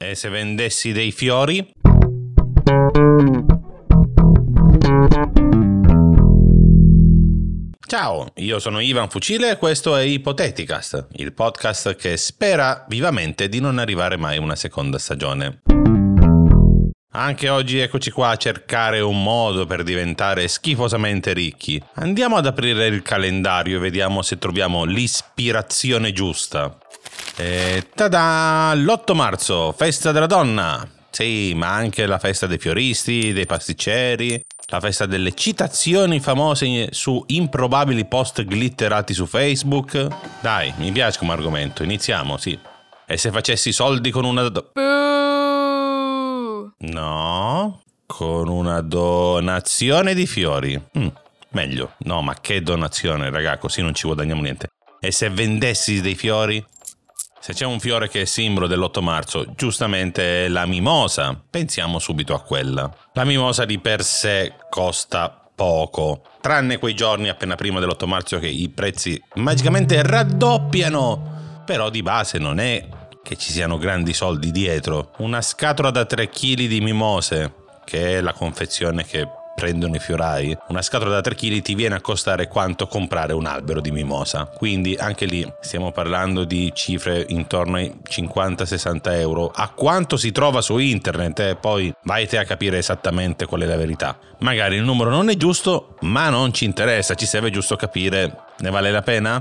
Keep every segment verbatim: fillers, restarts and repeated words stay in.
E se vendessi dei fiori? Ciao, io sono Ivan Fucile e questo è Ipoteticast, il podcast che spera vivamente di non arrivare mai una seconda stagione. Anche oggi eccoci qua a cercare un modo per diventare schifosamente ricchi. Andiamo ad aprire il calendario e vediamo se troviamo l'ispirazione giusta. E tada! L'otto marzo, festa della donna! Sì, ma anche la festa dei fioristi, dei pasticceri, la festa delle citazioni famose su improbabili post glitterati su Facebook. Dai, mi piace come argomento, iniziamo, sì. E se facessi soldi con una... Do- no, con una donazione di fiori. Mm, meglio, no, ma che donazione, raga, così non ci guadagniamo niente. E se vendessi dei fiori? Se c'è un fiore che è simbolo dell'otto marzo, giustamente è la mimosa. Pensiamo subito a quella. La mimosa di per sé costa poco, tranne quei giorni appena prima dell'otto marzo che i prezzi magicamente raddoppiano. Però di base non è che ci siano grandi soldi dietro. Una scatola da tre chili di mimose, che è la confezione che prendono i fiorai, una scatola da tre chili ti viene a costare quanto comprare un albero di mimosa. Quindi anche lì stiamo parlando di cifre intorno ai cinquanta sessanta euro, a quanto si trova su internet, e eh? Poi vai te a capire esattamente qual è la verità. Magari il numero non è giusto, ma non ci interessa, ci serve giusto capire, ne vale la pena?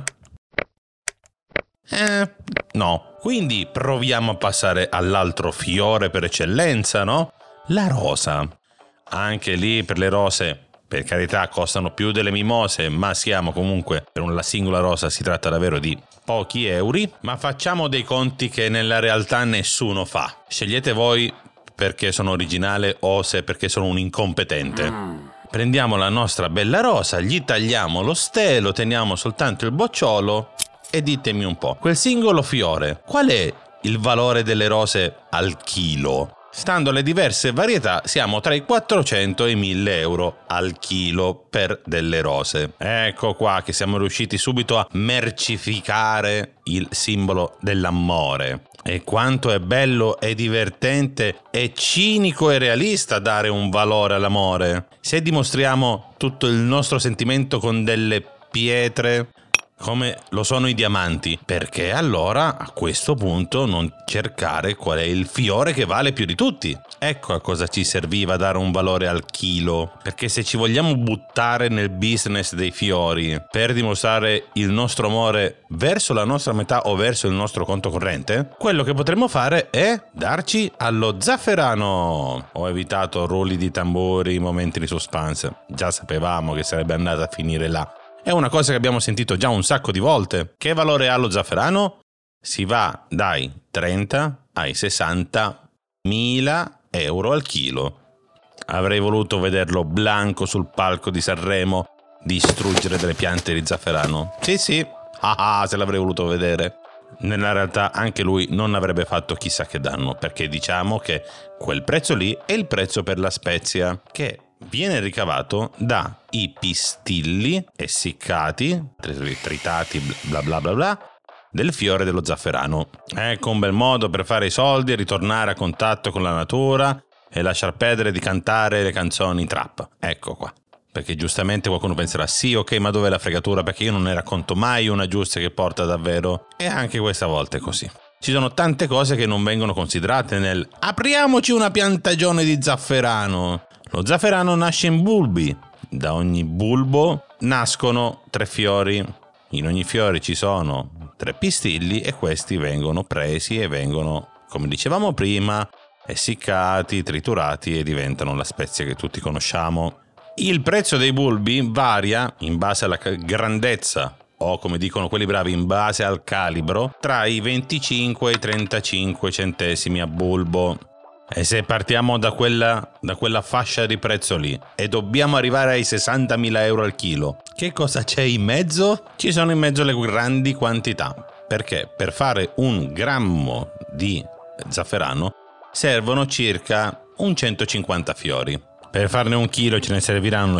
Eh, no. Quindi proviamo a passare all'altro fiore per eccellenza, no? La rosa. Anche lì per le rose, per carità, costano più delle mimose, ma siamo comunque, per una singola rosa si tratta davvero di pochi euro. Ma facciamo dei conti che nella realtà nessuno fa. Scegliete voi perché sono originale o se perché sono un incompetente. Prendiamo la nostra bella rosa, gli tagliamo lo stelo, teniamo soltanto il bocciolo e ditemi un po', quel singolo fiore, qual è il valore delle rose al chilo? Stando alle diverse varietà siamo tra i quattrocento e i mille euro al chilo per delle rose. Ecco qua che siamo riusciti subito a mercificare il simbolo dell'amore. E quanto è bello e divertente e cinico e realista dare un valore all'amore. Se dimostriamo tutto il nostro sentimento con delle pietre, come lo sono i diamanti, perché allora a questo punto non cercare qual è il fiore che vale più di tutti. Ecco a cosa ci serviva dare un valore al chilo, perché se ci vogliamo buttare nel business dei fiori per dimostrare il nostro amore verso la nostra metà o verso il nostro conto corrente, quello che potremmo fare è darci allo zafferano. Ho evitato rulli di tamburi, momenti di suspense, già sapevamo che sarebbe andata a finire là. È una cosa che abbiamo sentito già un sacco di volte. Che valore ha lo zafferano? Si va dai trenta ai sessanta mila euro al chilo. Avrei voluto vederlo Blanco sul palco di Sanremo distruggere delle piante di zafferano. Sì sì, ah ah, se l'avrei voluto vedere. Nella realtà anche lui non avrebbe fatto chissà che danno, perché diciamo che quel prezzo lì è il prezzo per la spezia, che viene ricavato dai pistilli essiccati, tritati, bla bla bla bla, del fiore dello zafferano. Ecco un bel modo per fare i soldi e ritornare a contatto con la natura e lasciar perdere di cantare le canzoni trap. Ecco qua. Perché giustamente qualcuno penserà, sì, ok, ma dov'è la fregatura? Perché io non ne racconto mai una giusta che porta davvero. E anche questa volta è così. Ci sono tante cose che non vengono considerate nel apriamoci una piantagione di zafferano. Lo zafferano nasce in bulbi. Da ogni bulbo nascono tre fiori. In ogni fiore ci sono tre pistilli e questi vengono presi e vengono, come dicevamo prima, essiccati, triturati e diventano la spezia che tutti conosciamo. Il prezzo dei bulbi varia in base alla grandezza o, come dicono quelli bravi, in base al calibro, tra i venticinque e i trentacinque centesimi a bulbo. E se partiamo da quella, da quella fascia di prezzo lì e dobbiamo arrivare ai sessantamila euro al chilo, che cosa c'è in mezzo? Ci sono in mezzo le grandi quantità, perché per fare un grammo di zafferano servono circa un centocinquanta fiori. Per farne un chilo ce ne serviranno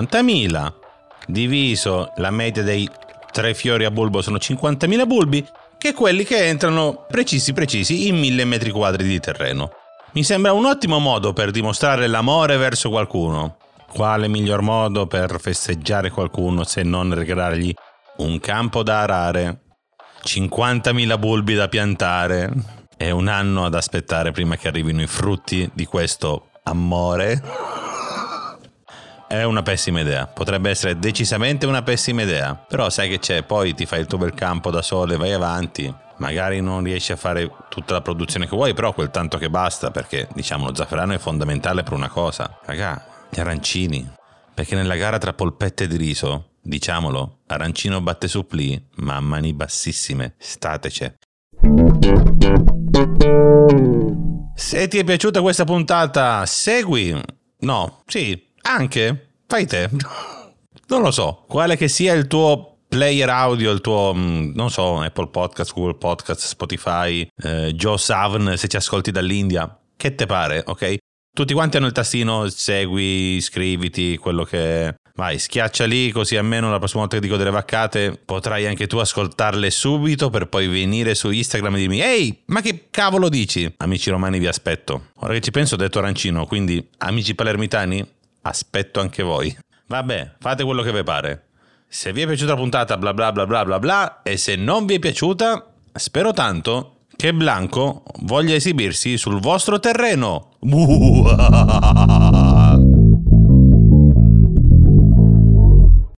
centocinquantamila, diviso la media dei tre fiori a bulbo sono cinquantamila bulbi, che quelli che entrano precisi precisi in mille metri quadri di terreno. Mi sembra un ottimo modo per dimostrare l'amore verso qualcuno. Quale miglior modo per festeggiare qualcuno se non regalargli un campo da arare, cinquantamila bulbi da piantare e un anno ad aspettare prima che arrivino i frutti di questo amore? È una pessima idea, potrebbe essere decisamente una pessima idea, però sai che c'è, poi ti fai il tuo bel campo da sole, vai avanti, magari non riesci a fare tutta la produzione che vuoi, però quel tanto che basta, perché diciamo lo zafferano è fondamentale per una cosa, raga, gli arancini, perché nella gara tra polpette di riso, diciamolo, arancino batte supplì, ma a mani bassissime, statece. Se ti è piaciuta questa puntata, segui, no, sì, anche, fai te, non lo so, quale che sia il tuo player audio, il tuo, non so, Apple Podcast, Google Podcast, Spotify, eh, Joe Savn se ci ascolti dall'India, che te pare, ok? Tutti quanti hanno il tastino segui, iscriviti, quello che... Vai, schiaccia lì, così almeno la prossima volta che dico delle vaccate potrai anche tu ascoltarle subito per poi venire su Instagram e dirmi ehi, ma che cavolo dici? Amici romani vi aspetto. Ora che ci penso ho detto arancino, quindi amici palermitani aspetto anche voi. Vabbè, fate quello che vi pare. Se vi è piaciuta la puntata bla bla bla bla bla bla e se non vi è piaciuta, spero tanto che Blanco voglia esibirsi sul vostro terreno.